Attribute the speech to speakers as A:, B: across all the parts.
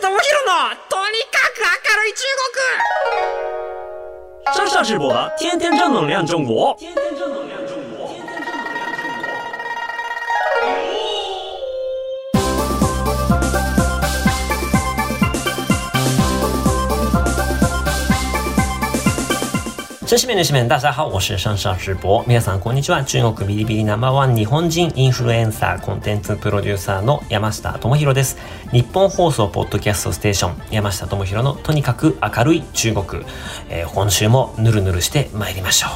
A: 智弘のとにかく明るい中
B: 国。上上直播的天天正能量中国。真市面的市面，大家好，我是上上直播。皆さんこんにちは。中国ビリビリナンバーワン日本人インフルエンサーコンテンツプロデューサーの山下智博です。日本放送ポッドキャストステーション山下智博のとにかく明るい中国、今週もぬるぬるしてまいりましょう。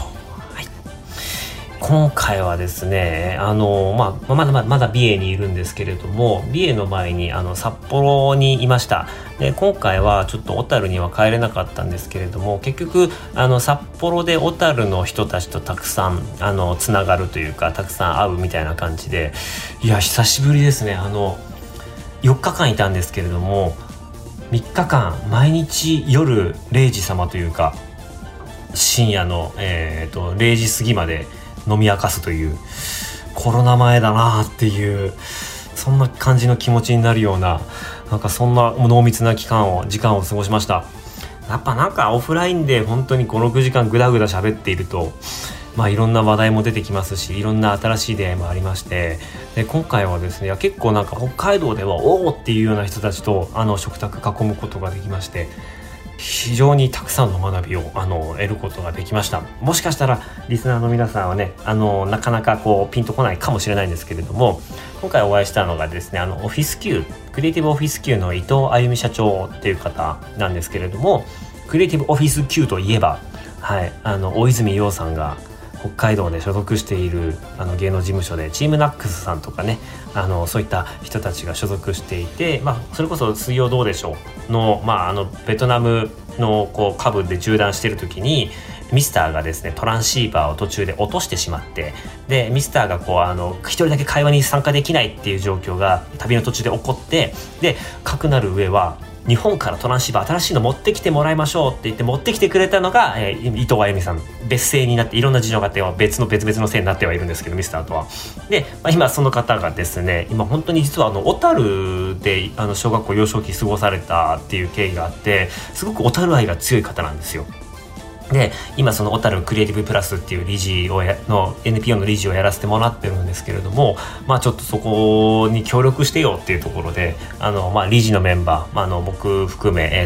B: 今回はですね、まだ美瑛にいるんですけれども、美瑛の前に札幌にいました。で、今回はちょっと小樽には帰れなかったんですけれども、結局札幌で小樽の人たちとたくさんつながるというか、たくさん会うみたいな感じで、いや久しぶりですね。4日間いたんですけれども、3日間毎日夜0時様というか深夜の、0時過ぎまで飲み明かすという、コロナ前だなっていう、そんな感じの気持ちになるような、なんかそんな濃密な時間を過ごしました。やっぱなんかオフラインで本当に 5,6 時間ぐだぐだ喋っていると、いろんな話題も出てきますし、いろんな新しい出会いもありまして、で今回はですね、結構なんか北海道ではおーっていうような人たちと食卓囲むことができまして、非常にたくさんの学びを得ることができました。もしかしたらリスナーの皆さんはね、なかなかピンとこないかもしれないんですけれども、今回お会いしたのがですね、オフィス Q クリエイティブオフィス Q の伊藤あゆみ社長っていう方なんですけれども、クリエイティブオフィス Q といえば、大泉洋さんが北海道で所属している芸能事務所でチームナックスさんとかね、そういった人たちが所属していて、それこそ水曜どうでしょうの、ベトナムの下部で縦断している時にミスターがですねトランシーバーを途中で落としてしまって、でミスターが一人だけ会話に参加できないっていう状況が旅の途中で起こって、でかくなる上は日本からトランシーバー新しいの持ってきてもらいましょうって言って持ってきてくれたのが、伊藤あゆみさん。別姓になっていろんな事情があって別々の姓になってはいるんですけど、ミスターとは。で、今その方がですね、今本当に実は小樽で小学校幼少期過ごされたっていう経緯があって、すごく小樽愛が強い方なんですよ。で、今その小樽クリエイティブプラスっていう理事の NPO の理事をやらせてもらってるんですけれども、ちょっとそこに協力してよっていうところで理事のメンバー、僕含め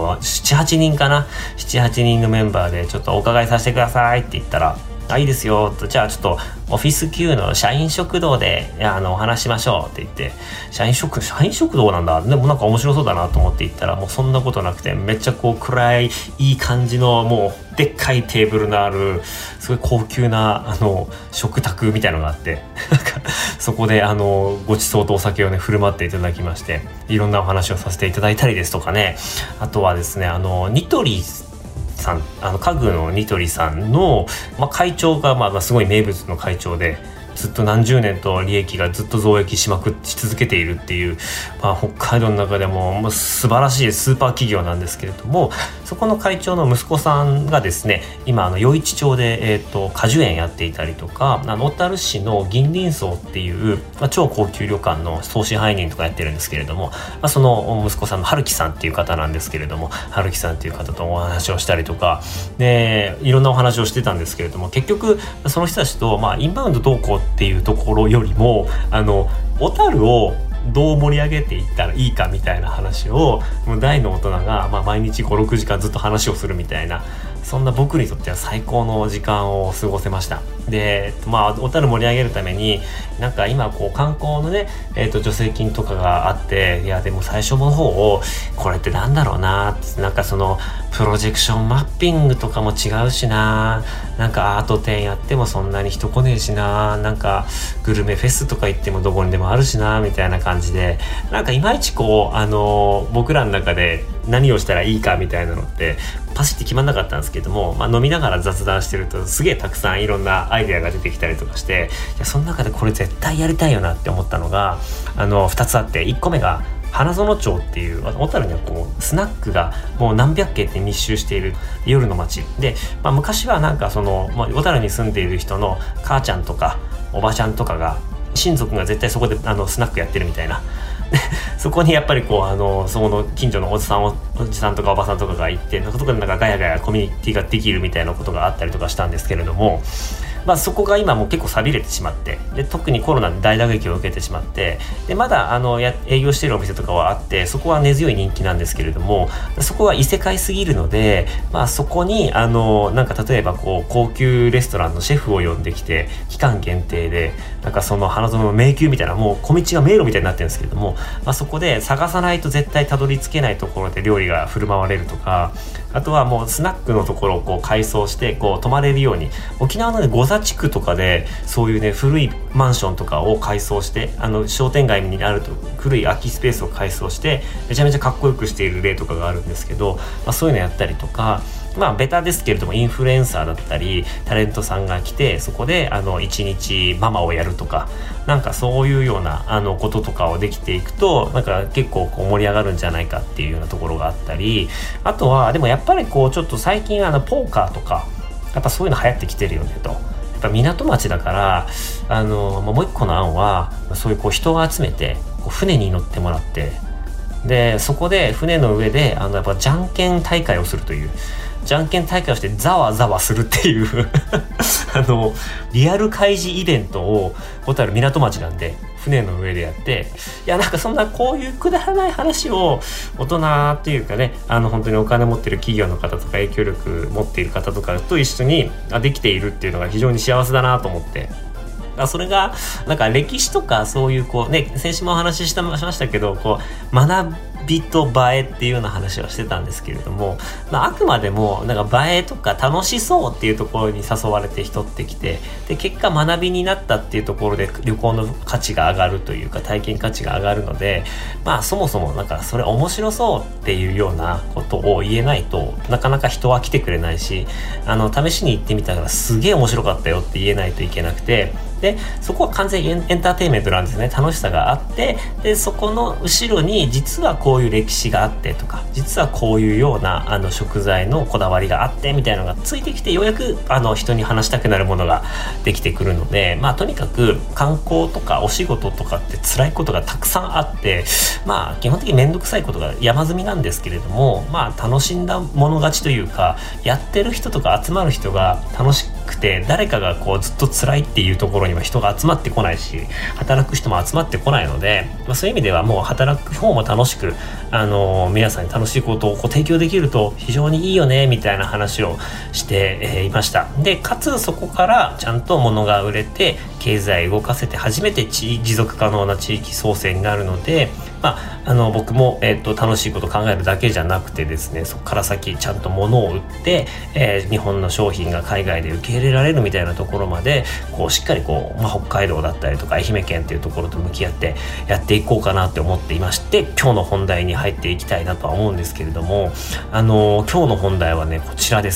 B: 7,8 人かな、7,8 人のメンバーでちょっとお伺いさせてくださいって言ったら、いいですよと、じゃあちょっとオフィス Q の社員食堂でお話しましょうって言って、社員食堂なんだ、でもなんか面白そうだなと思って行ったら、もうそんなことなくて、めっちゃ暗いいい感じの、もうでっかいテーブルのあるすごい高級な食卓みたいのがあって、そこでごちそうとお酒をね振る舞っていただきまして、いろんなお話をさせていただいたりですとかね、あとはですねニトリさん、家具のニトリさんの、会長がすごい名物の会長で、ずっと何十年と利益がずっと増益し続けているっていう、北海道の中でも素晴らしいスーパー企業なんですけれども、そこの会長の息子さんがですね、今余市町で、果樹園やっていたりとか、小樽市の銀鱗荘っていう、超高級旅館の総支配人とかやってるんですけれども、その息子さんの春樹さんっていう方なんですけれども、春樹さんっていう方とお話をしたりとかで、いろんなお話をしてたんですけれども、結局その人たちと、インバウンドどうこうっていうところよりも小樽をどう盛り上げていったらいいかみたいな話を、もう大の大人が、毎日 5,6 時間ずっと話をするみたいな、そんな僕にとっては最高の時間を過ごせました。で、小樽盛り上げるためになんか今観光のね、助成金とかがあって、いやでも最初の方をこれってなんだろうなって、なんかそのプロジェクションマッピングとかも違うしな、なんかアート展やってもそんなに人来ねえしな、なんかグルメフェスとか行ってもどこにでもあるしなみたいな感じで、なんかいまいち僕らの中で何をしたらいいかみたいなのってパシッて決まんなかったんですけども、飲みながら雑談してるとすげえたくさんいろんなアイデアが出てきたりとかして、いやその中でこれ絶対やりたいよなって思ったのが2つあって、1個目が花園町っていう、小樽にはスナックがもう何百軒って密集している夜の街で、昔はなんか小樽に住んでいる人の母ちゃんとかおばちゃんとかが親族が絶対そこでスナックやってるみたいな、 そこにやっぱりこうその近所のおじさんとかおばさんとかがいて、そこでなんかガヤガヤコミュニティができるみたいなことがあったりとかしたんですけれども、そこが今もう結構寂れてしまって、で特にコロナで大打撃を受けてしまって、でまだ営業しているお店とかはあって、そこは根強い人気なんですけれども、そこは異世界すぎるので、そこになんか例えばこう高級レストランのシェフを呼んできて期間限定でなんかその花園の迷宮みたいな、もう小道が迷路みたいになってるんですけれども、そこで探さないと絶対たどり着けないところで料理が振る舞われるとか、あとはもうスナックのところをこう改装してこう泊まれるように、沖縄のゴザ地区とかでそういうね古いマンションとかを改装して、商店街にあると古い空きスペースを改装してめちゃめちゃかっこよくしている例とかがあるんですけど、そういうのやったりとか、ベタですけれどもインフルエンサーだったりタレントさんが来て、そこで1日ママをやるとか、なんかそういうようなこととかをできていくと、なんか結構こう盛り上がるんじゃないかっていうようなところがあったり、あとはでもやっぱりこうちょっと最近ポーカーとかやっぱそういうの流行ってきてるよねと。やっぱ港町だからもう一個の案は、そういうこう人を集めてこう船に乗ってもらって、でそこで船の上でやっぱじゃんけん大会をするという、じゃんけん大会をしてざわざわするっていうリアル開示イベントを小樽港町なんで船の上でやって、いやなんかそんなこういうくだらない話を大人っていうかね、本当にお金持ってる企業の方とか影響力持っている方とかと一緒にできているっていうのが非常に幸せだなと思って、それがなんか歴史とかそういうこうね、先週もお話ししましたけど、こう学びと映えっていうような話はしてたんですけれども、あくまでもなんか映えとか楽しそうっていうところに誘われて人ってきて、で結果学びになったっていうところで旅行の価値が上がるというか体験価値が上がるので、そもそもなんかそれ面白そうっていうようなことを言えないとなかなか人は来てくれないし、試しに行ってみたらすげえ面白かったよって言えないといけなくて、でそこは完全にエンターテインメントなんですね。楽しさがあって、でそこの後ろに実はこういう歴史があってとか、実はこういうような食材のこだわりがあってみたいなのがついてきて、ようやく人に話したくなるものができてくるので、とにかく観光とかお仕事とかって辛いことがたくさんあって、基本的にめんどくさいことが山積みなんですけれども、楽しんだもの勝ちというか、やってる人とか集まる人が楽しくて、誰かがこうずっと辛いっていうところには人が集まってこないし、働く人も集まってこないので、そういう意味ではもう働く方も楽しく皆さんに楽しいことをこう提供できると非常にいいよねみたいな話をして、いました。でかつそこからちゃんと物が売れて経済を動かせて初めて持続可能な地域創生になるので、僕も、楽しいことを考えるだけじゃなくてですね、そこから先ちゃんと物を売って、日本の商品が海外で受け入れられるみたいなところまでこうしっかりこう、北海道だったりとか愛媛県っていうところと向き合ってやっていこうかなって思っていまして、今日の本題に入っていきたいなとは思うんですけれども、今日の本題はねこちらです。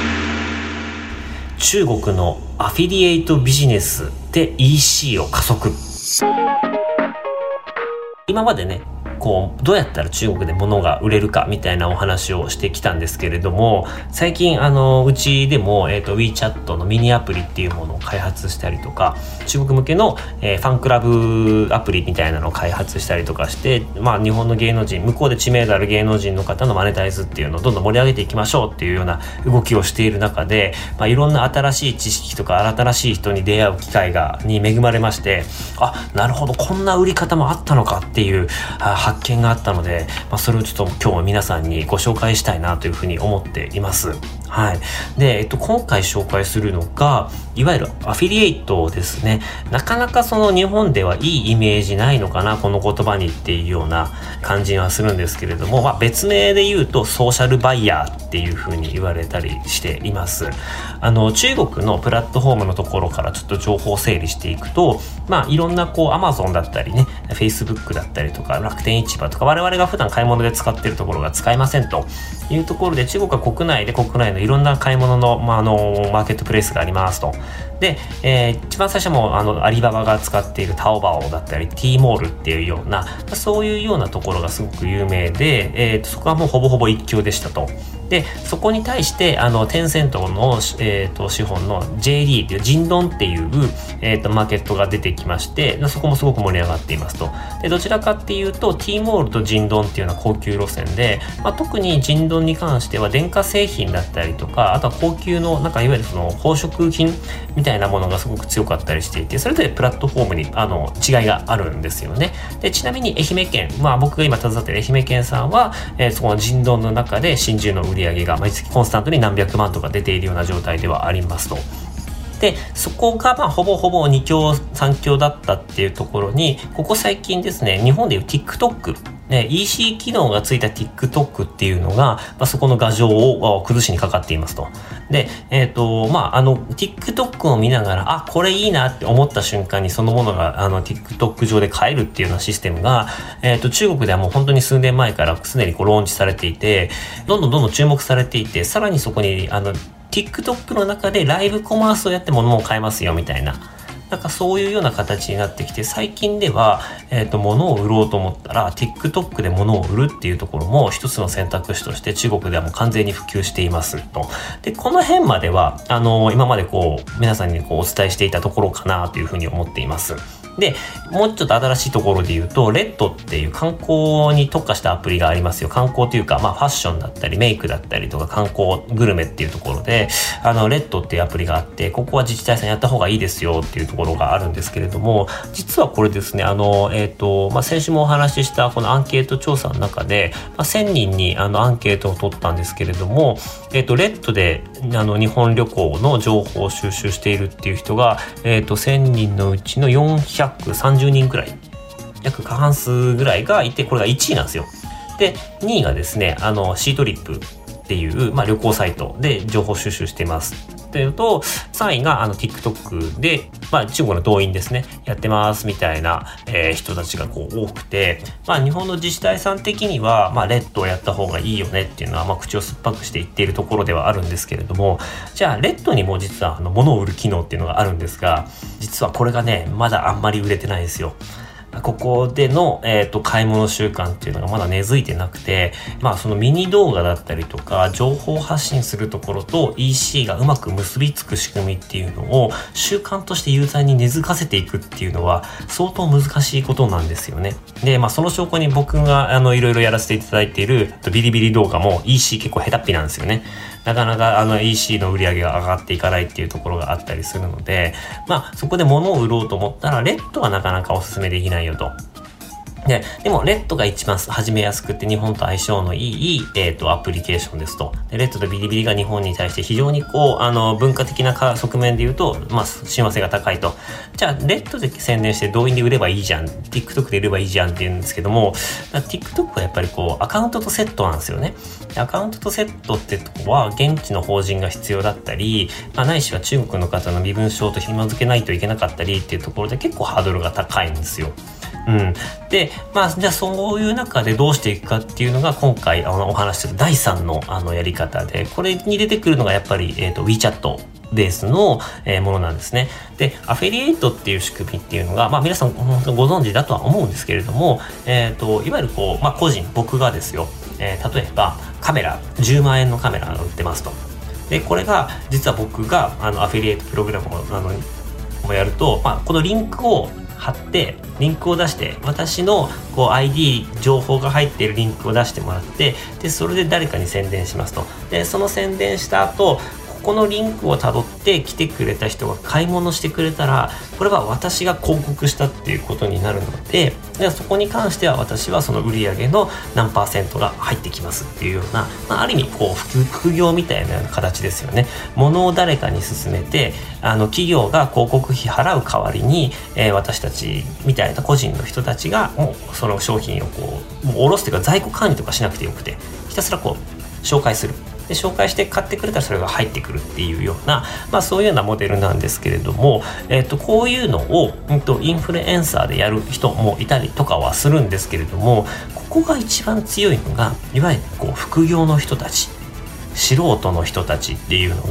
B: 中国のアフィリエイトビジネスで EC を加速。今までねこうどうやったら中国で物が売れるかみたいなお話をしてきたんですけれども、最近うちでも、WeChat のミニアプリっていうものを開発したりとか、中国向けの、ファンクラブアプリみたいなのを開発したりとかして、日本の芸能人、向こうで知名度ある芸能人の方のマネタイズっていうのをどんどん盛り上げていきましょうっていうような動きをしている中で、いろんな新しい知識とか新しい人に出会う機会に恵まれまして、なるほどこんな売り方もあったのかっていう発見があったので、それをちょっと今日は皆さんにご紹介したいなというふうに思っています。はい。で、今回紹介するのがいわゆるアフィリエイトですね。なかなかその日本ではいいイメージないのかなこの言葉にっていうような感じはするんですけれども、別名で言うとソーシャルバイヤーっていうふうに言われたりしています。中国のプラットフォームのところからちょっと情報を整理していくと、いろんなこう Amazon だったりね、Facebook だったりとか楽天市場とか我々が普段買い物で使っているところが使えませんというところで、中国は国内のいろんな買い物の、マーケットプレイスがありますと。 で、一番最初もアリババが使っているタオバオだったり T モールっていうような、そういうようなところがすごく有名で、そこはもうほぼほぼ一強でしたと。でそこに対してテンセントの、資本の JD っていうジンドンっていう、マーケットが出てきまして、そこもすごく盛り上がっていますと。でどちらかっていうと T モールとジンドンっていうのは高級路線で、特にジンドンに関しては電化製品だったりとか、あとは高級のいわゆるその宝飾品みたいなものがすごく強かったりしていて、それぞれプラットフォームに違いがあるんですよね。でちなみに愛媛県、僕が今携わっている愛媛県さんは、そこのジンドンの中で真珠の売り上げが毎月コンスタントに何百万とか出ているような状態ではありますと。でそこがほぼほぼ2強3強だったっていうところに、ここ最近ですね、日本でいう TikTok、EC 機能がついた TikTok っていうのが、そこの牙城を崩しにかかっていますと。で、TikTok を見ながら、これいいなって思った瞬間にそのものがTikTok 上で買えるっていうようなシステムが、中国ではもう本当に数年前からすでにローンチされていて、どんどん注目されていて、さらにそこにTikTok の中でライブコマースをやって物も買えますよみたいな、そういうような形になってきて、最近では、物を売ろうと思ったら TikTok で物を売るっていうところも一つの選択肢として中国ではもう完全に普及していますと。でこの辺までは今まで皆さんにお伝えしていたところかなというふうに思っています。でもうちょっと新しいところで言うと、レッドっていう観光に特化したアプリがありますよ。観光というか、ファッションだったりメイクだったりとか観光グルメっていうところでレッドっていうアプリがあって、ここは自治体さんやった方がいいですよっていうところがあるんですけれども、実はこれですね、先週もお話ししたこのアンケート調査の中で、1000人にアンケートを取ったんですけれども、レッドで日本旅行の情報を収集しているっていう人が、1000人のうちの430人くらい、約過半数ぐらいがいて、これが1位なんですよ。で2位がですね、シートリップっていう、旅行サイトで情報収集していますっていうと、3位がTikTok で、中国の動員ですねやってますみたいな、人たちが多くて、日本の自治体さん的には、レッドをやった方がいいよねっていうのは、口を酸っぱくして言っているところではあるんですけれども、じゃあレッドにも実は物を売る機能っていうのがあるんですが、実はこれがねまだあんまり売れてないんですよ。ここでの、買い物習慣っていうのがまだ根付いてなくて、そのミニ動画だったりとか情報発信するところと EC がうまく結びつく仕組みっていうのを習慣としてユーザーに根付かせていくっていうのは相当難しいことなんですよね。で、その証拠に僕がいろいろやらせていただいているビリビリ動画も EC 結構下手っぴなんですよね。なかなかEC の売り上げが上がっていかないっていうところがあったりするので、そこで物を売ろうと思ったらレッドはなかなかお勧めできないよと。でもレッドが一番始めやすくて日本と相性のいい、アプリケーションですと。でレッドとビリビリが日本に対して非常に文化的な側面で言うと、親和性が高いと。じゃあレッドで宣伝して動員で売ればいいじゃん、 TikTok で売ればいいじゃんって言うんですけども、TikTok はやっぱりアカウントとセットなんですよね。アカウントとセットってとこは現地の法人が必要だったり、ないしは中国の方の身分証と紐付けないといけなかったりっていうところで結構ハードルが高いんですよ。で、じゃあそういう中でどうしていくかっていうのが今回お話しする第3のやり方で、これに出てくるのがやっぱり、WeChatベースのものなんですね。で、アフィリエイトっていう仕組みっていうのが、皆さんご存知だとは思うんですけれども、いわゆる個人、僕がですよ、例えばカメラ10万円のカメラが売ってますと。でこれが実は僕がアフィリエイトプログラムをやると、このリンクを貼ってリンクを出して、私のID 情報が入っているリンクを出してもらって、でそれで誰かに宣伝しますと。でその宣伝した後、このリンクをたどって来てくれた人が買い物してくれたら、これは私が広告したっていうことになるので、そこに関しては私はその売上の何%が入ってきますっていうような、ある意味副業みたいな形ですよね。物を誰かに勧めて、企業が広告費払う代わりに、私たちみたいな個人の人たちがもうその商品をもう卸すというか在庫管理とかしなくてよくて、ひたすら紹介する。で紹介して買ってくれたらそれが入ってくるっていうような、そういうようなモデルなんですけれども、こういうのを、インフルエンサーでやる人もいたりとかはするんですけれども、ここが一番強いのがいわゆる副業の人たち、素人の人たちっていうのが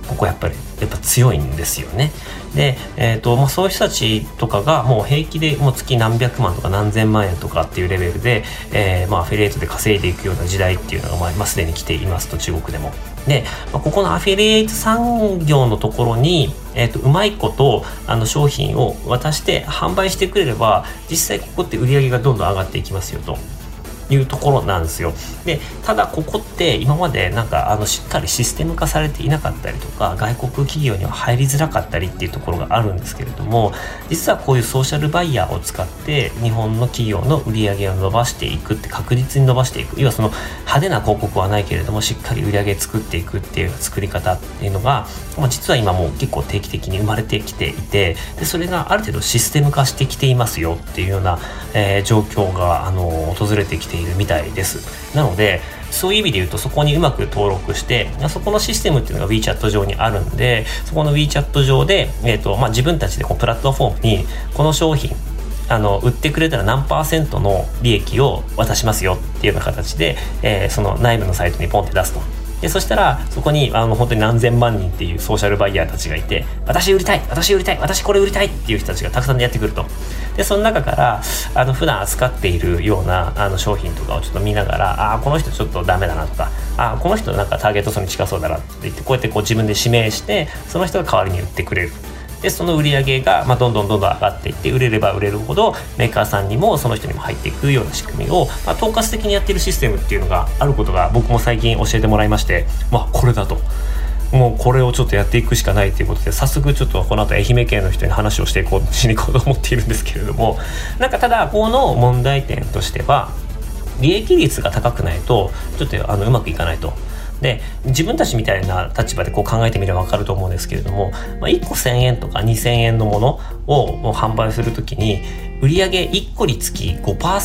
B: ここやっぱ強いんですよね。で、そういう人たちとかがもう平気でもう月何百万とか何千万円とかっていうレベルで、アフィリエイトで稼いでいくような時代っていうのがすでに来ていますと、中国でも。で、ここのアフィリエイト産業のところに、うまいこと商品を渡して販売してくれれば、実際ここって売り上げがどんどん上がっていきますよというところなんですよ。で、ただここって今までしっかりシステム化されていなかったりとか、外国企業には入りづらかったりっていうところがあるんですけれども、実はこういうソーシャルバイヤーを使って日本の企業の売り上げを伸ばしていくって、確実に伸ばしていく、要はその派手な広告はないけれどもしっかり売り上げ作っていくっていう作り方っていうのが、実は今もう結構定期的に生まれてきていて、でそれがある程度システム化してきていますよっていうような、状況が訪れてきているみたいです。なのでそういう意味で言うと、そこにうまく登録して、そこのシステムっていうのが WeChat 上にあるんで、そこの WeChat 上で、自分たちでこうプラットフォームにこの商品売ってくれたら何%の利益を渡しますよっていうような形で、その内部のサイトにポンって出すと。でそしたらそこに本当に何千万人っていうソーシャルバイヤーたちがいて、私売りたい、私これ売りたいっていう人たちがたくさんやってくると。でその中から普段扱っているような商品とかをちょっと見ながら、この人ちょっとダメだなとか、この人ターゲット層に近そうだなって言って、こうやって自分で指名して、その人が代わりに売ってくれる。でその売り上げがどんどん上がっていって、売れれば売れるほどメーカーさんにもその人にも入っていくような仕組みを、統括的にやっているシステムっていうのがあることが僕も最近教えてもらいまして、これだと、もうこれをちょっとやっていくしかないということで、早速ちょっとこの後愛媛県の人に話をしに行こうと思っているんですけれども、ただこの問題点としては、利益率が高くないとちょっとうまくいかないと。で自分たちみたいな立場で考えてみれば分かると思うんですけれども、1個1000円とか2000円のものを販売するときに、売上1個につき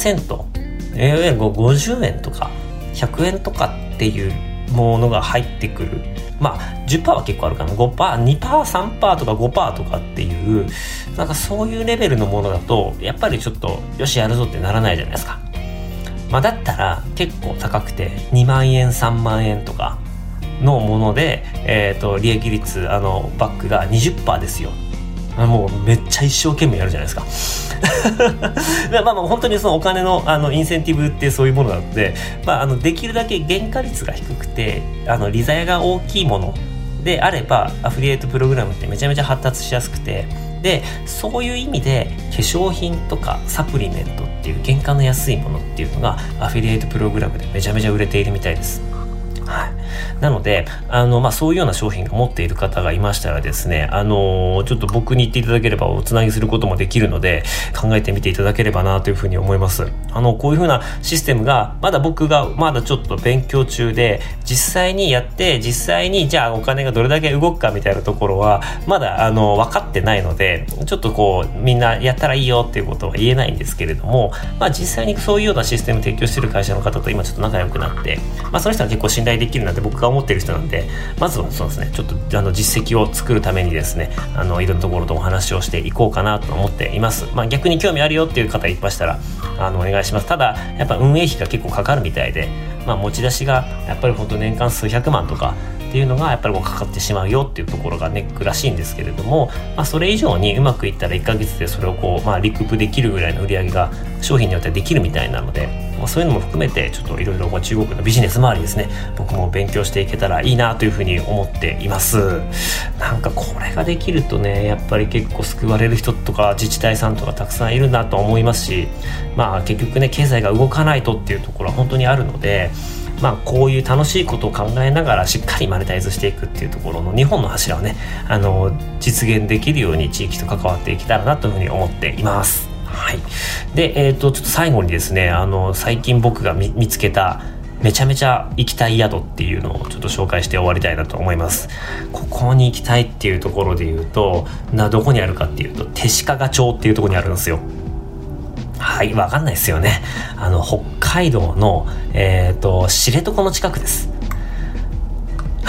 B: 5%、50円とか100円とかっていうものが入ってくる。10% は結構あるかな。 5%、2%、3% とか 5% とかっていう、そういうレベルのものだとやっぱりちょっとよしやるぞってならないじゃないですか。だったら結構高くて2万円3万円とかのもので、利益率バックが 20% ですよ。もうめっちゃ一生懸命やるじゃないですか本当にそのお金のインセンティブってそういうものなので、できるだけ原価率が低くて利ざやが大きいものであれば、アフィリエイトプログラムってめちゃめちゃ発達しやすくて、でそういう意味で化粧品とかサプリメントっていう原価の安いものっていうのがアフィリエイトプログラムでめちゃめちゃ売れているみたいです。なのでそういうような商品を持っている方がいましたらですね、ちょっと僕に言っていただければおつなぎすることもできるので、考えてみていただければなというふうに思います。こういうふうなシステムが僕がまだちょっと勉強中で、実際にやって実際にじゃあお金がどれだけ動くかみたいなところはまだ分かってないので、ちょっとみんなやったらいいよっていうことは言えないんですけれども、実際にそういうようなシステムを提供している会社の方と今ちょっと仲良くなって、その人は結構信頼できるなんて僕が思っている人なんで、まずはそうですね、ちょっと実績を作るためにですね、いろんなところとお話をしていこうかなと思っています。逆に興味あるよっていう方いましたらお願いします。ただやっぱ運営費が結構かかるみたいで、持ち出しがやっぱり本当年間数百万とかっていうのがやっぱりかかってしまうよっていうところがネックらしいんですけれども、それ以上にうまくいったら1ヶ月でそれをリクープできるぐらいの売り上げが商品によってはできるみたいなので、そういうのも含めてちょっといろいろ中国のビジネス周りですね、僕も勉強していけたらいいなというふうに思っています。これができるとね、やっぱり結構救われる人とか自治体さんとかたくさんいるなと思いますし、結局ね、経済が動かないとっていうところは本当にあるので、こういう楽しいことを考えながらしっかりマネタイズしていくっていうところの2本の柱をね、実現できるように地域と関わっていけたらなというふうに思っています。で、ちょっと最後にですね、最近僕が見つけためちゃめちゃ行きたい宿っていうのをちょっと紹介して終わりたいなと思います。ここに行きたいっていうところで言うと、どこにあるかっていうと、弟子屈町っていうところにあるんですよ。わかんないですよね。北海道の知床の近くです。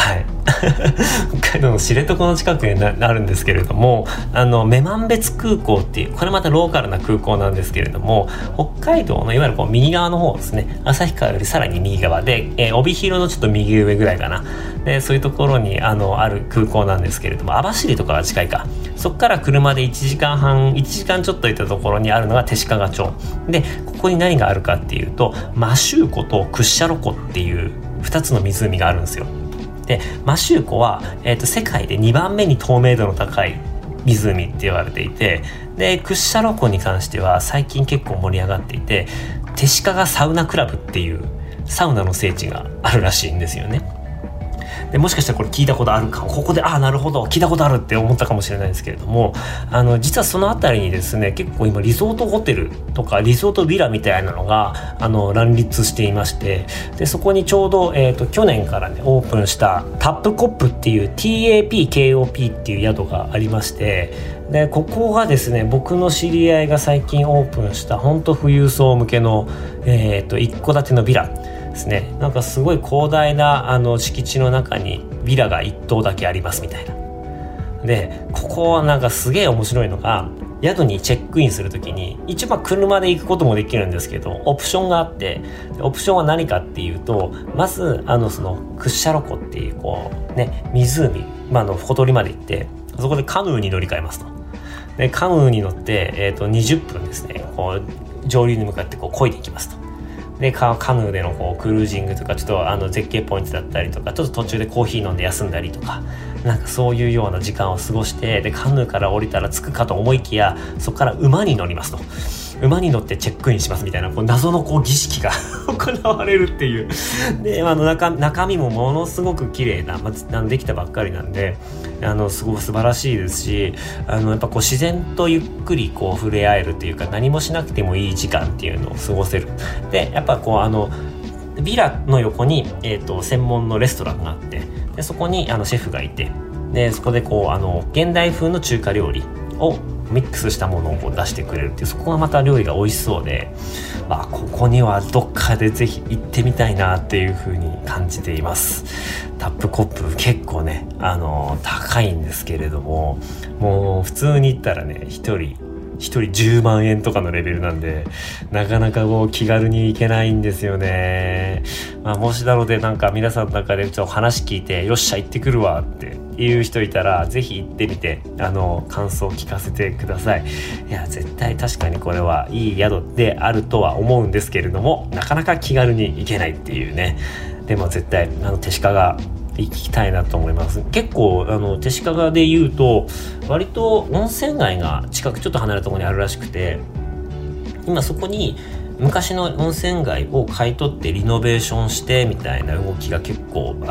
B: 北海道の知床の近くになるんですけれども、女満別空港っていう、これまたローカルな空港なんですけれども、北海道のいわゆるこう右側の方ですね、旭川よりさらに右側で、帯広のちょっと右上ぐらいかな、でそういうところにある空港なんですけれども、網走とかが近いか、そこから車で1時間ちょっと行ったところにあるのが手鹿町で、ここに何があるかっていうと、摩周湖と屈斜路湖っていう2つの湖があるんですよ。で摩周湖は、世界で2番目に透明度の高い湖って言われていて、で屈斜路湖に関しては最近結構盛り上がっていて、手鹿サウナクラブっていうサウナの聖地があるらしいんですよね。でもしかしたらこれ聞いたことあるか、ここでなるほど聞いたことあるって思ったかもしれないですけれども、実はそのあたりにですね、結構今リゾートホテルとかリゾートビラみたいなのが乱立していまして、でそこにちょうど、去年からねオープンしたタップコップっていう TAPKOP っていう宿がありまして、でここがですね、僕の知り合いが最近オープンした本当富裕層向けの、一戸建てのビラですね。なんかすごい広大な敷地の中にビラが1棟だけありますみたいな。でここはなんかすげえ面白いのが、宿にチェックインするときに一応車で行くこともできるんですけど、オプションがあって、オプションは何かっていうと、まずその屈斜路湖っていうこうね湖、ほとりまで行って、そこでカヌーに乗り換えますと。でカヌーに乗って、20分ですね、こう上流に向かってこう漕いでいきますと。でカヌーでのこうクルージングとか、ちょっと絶景ポイントだったりとか、ちょっと途中でコーヒー飲んで休んだりとか、なんかそういうような時間を過ごして、でカヌーから降りたら着くかと思いきや、そこから馬に乗りますと。馬に乗ってチェックインしますみたいな、こう謎のこう儀式が行われるっていう。で中身もものすごく綺麗な、できたばっかりなんで、すごく素晴らしいですし、やっぱこう自然とゆっくりこう触れ合えるっていうか、何もしなくてもいい時間っていうのを過ごせる。でやっぱこうビラの横に、専門のレストランがあって、でそこにシェフがいて、でそこでこう現代風の中華料理をミックスしたものをこう出してくれるっていう、そこがまた料理が美味しそうで、ここにはどっかでぜひ行ってみたいなっていう風に感じています。タップコップ結構ね高いんですけれども、もう普通に行ったらね一人10万円とかのレベルなんで、なかなかこう気軽に行けないんですよね。もしなのでなんか皆さんの中でちょっと話聞いて、よっしゃ行ってくるわっていう人いたら、ぜひ行ってみて感想を聞かせてください。いや絶対確かにこれはいい宿であるとは思うんですけれども、なかなか気軽に行けないっていうね。でも絶対手鹿が行きたいなと思います。結構手鹿で言うと割と温泉街が近くちょっと離れたところにあるらしくて、今そこに昔の温泉街を買い取ってリノベーションしてみたいな動きが結構あって、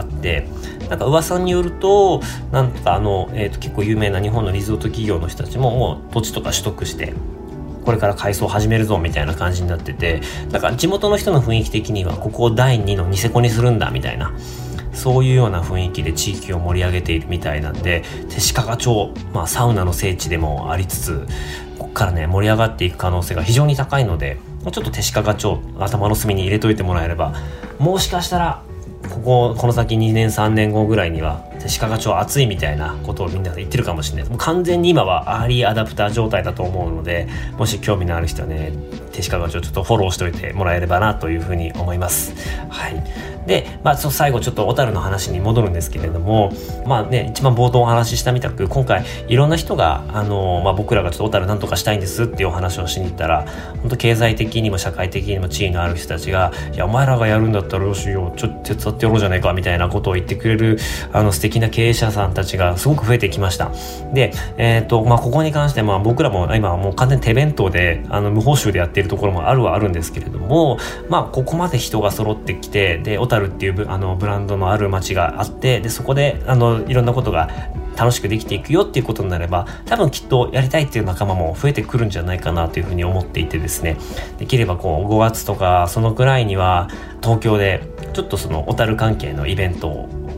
B: なんか噂によるとなんか結構有名な日本のリゾート企業の人たちももう土地とか取得してこれから改装始めるぞみたいな感じになってて、だから地元の人の雰囲気的にはここを第2のニセコにするんだみたいな、そういうような雰囲気で地域を盛り上げているみたいなんで、手鹿町、サウナの聖地でもありつつ、ここからね盛り上がっていく可能性が非常に高いので、ちょっと手鹿町頭の隅に入れといてもらえれば、もしかしたらこの先2年3年後ぐらいには手鹿町暑いみたいなことをみんなで言ってるかもしれない。もう完全に今はアーリーアダプター状態だと思うので、もし興味のある人はね手鹿町をちょっとフォローしておいてもらえればなというふうに思います。はい。で、最後ちょっと小樽の話に戻るんですけれども、一番冒頭お話ししたみたく、今回いろんな人が僕らがちょっと小樽なんとかしたいんですっていうお話をしに行ったら、本当経済的にも社会的にも地位のある人たちが、いやお前らがやるんだったらよしよ、ちょっと手伝ってやろうじゃないかみたいなことを言ってくれる素敵な経営者さんたちがすごく増えてきました。で、ここに関して僕らも今はもう完全に手弁当で無報酬でやっているところもあるんですけれども、ここまで人が揃ってきて、で小樽っていうブランドのある街があって、でそこでいろんなことが楽しくできていくよっていうことになれば、多分きっとやりたいっていう仲間も増えてくるんじゃないかなというふうに思っていてですね、できれば5月とかそのくらいには東京でちょっとその小樽関係のイベント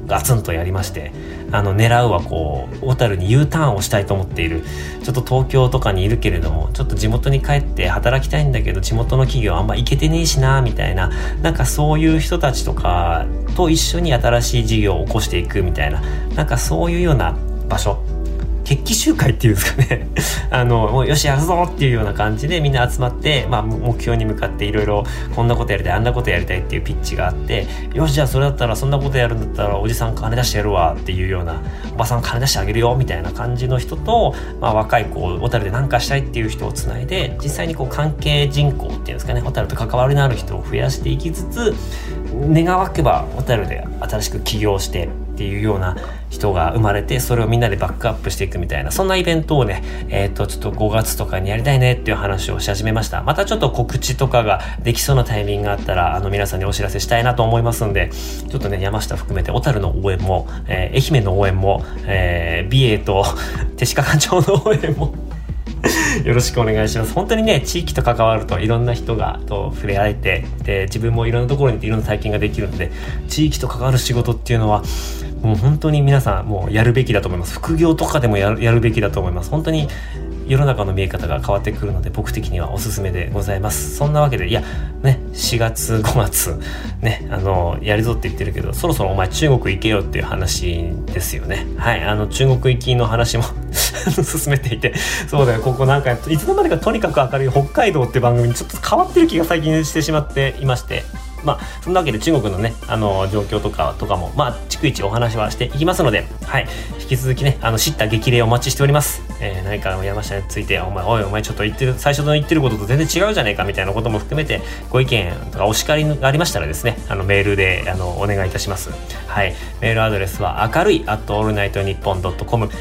B: ガツンとやりまして、狙うはこう小樽に U ターンをしたいと思っている、ちょっと東京とかにいるけれどもちょっと地元に帰って働きたいんだけど地元の企業あんま行けてねえしなみたいな、なんかそういう人たちとかと一緒に新しい事業を起こしていくみたいな、なんかそういうような場所、決起集会っていうんですかねもうよしやるぞっていうような感じでみんな集まって、目標に向かっていろいろこんなことやりたいあんなことやりたいっていうピッチがあって、よしじゃあそれだったらそんなことやるんだったらおじさん金出してやるわっていうような、おばさん金出してあげるよみたいな感じの人と、若い小樽で何かしたいっていう人をつないで、実際にこう関係人口っていうんですかね、小樽と関わりのある人を増やしていきつつ、願わくば小樽で新しく起業してっていうような人が生まれて、それをみんなでバックアップしていくみたいな、そんなイベントをね、ちょっと5月とかにやりたいねっていう話をし始めました。またちょっと告知とかができそうなタイミングがあったら皆さんにお知らせしたいなと思いますんで、ちょっとね山下含めて小樽の応援も、愛媛の応援も、美瑛と手鹿環町の応援もよろしくお願いします。本当にね、地域と関わるといろんな人がと触れ合えて、で自分もいろんなところにいろんな体験ができるので、地域と関わる仕事っていうのはもう本当に皆さんもうやるべきだと思います。副業とかでもやるべきだと思います。本当に世の中の見え方が変わってくるので、僕的にはおすすめでございます。そんなわけで、いやね、4月5月ね、やるぞって言ってるけど、そろそろお前中国行けよっていう話ですよね。はい、中国行きの話も進めていて、そうだよ、ここなんかいつの間にかとにかく明るい北海道って番組にちょっと変わってる気が最近してしまっていまして、そんなわけで中国のね状況とかも逐一お話はしていきますので、はい、引き続きね知った激励お待ちしております。何か山下についてお前ちょっと最初の言ってることと全然違うじゃないかみたいなことも含めてご意見とかお叱りがありましたらですね、メールでお願いいたします。はい、メールアドレスは明るい@allnightnippon.com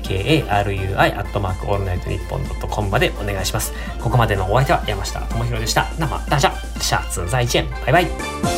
B: akarui@allnightnippon.com までお願いします。ここまでのお相手は山下智博でした。那么大家下次再见，拜拜。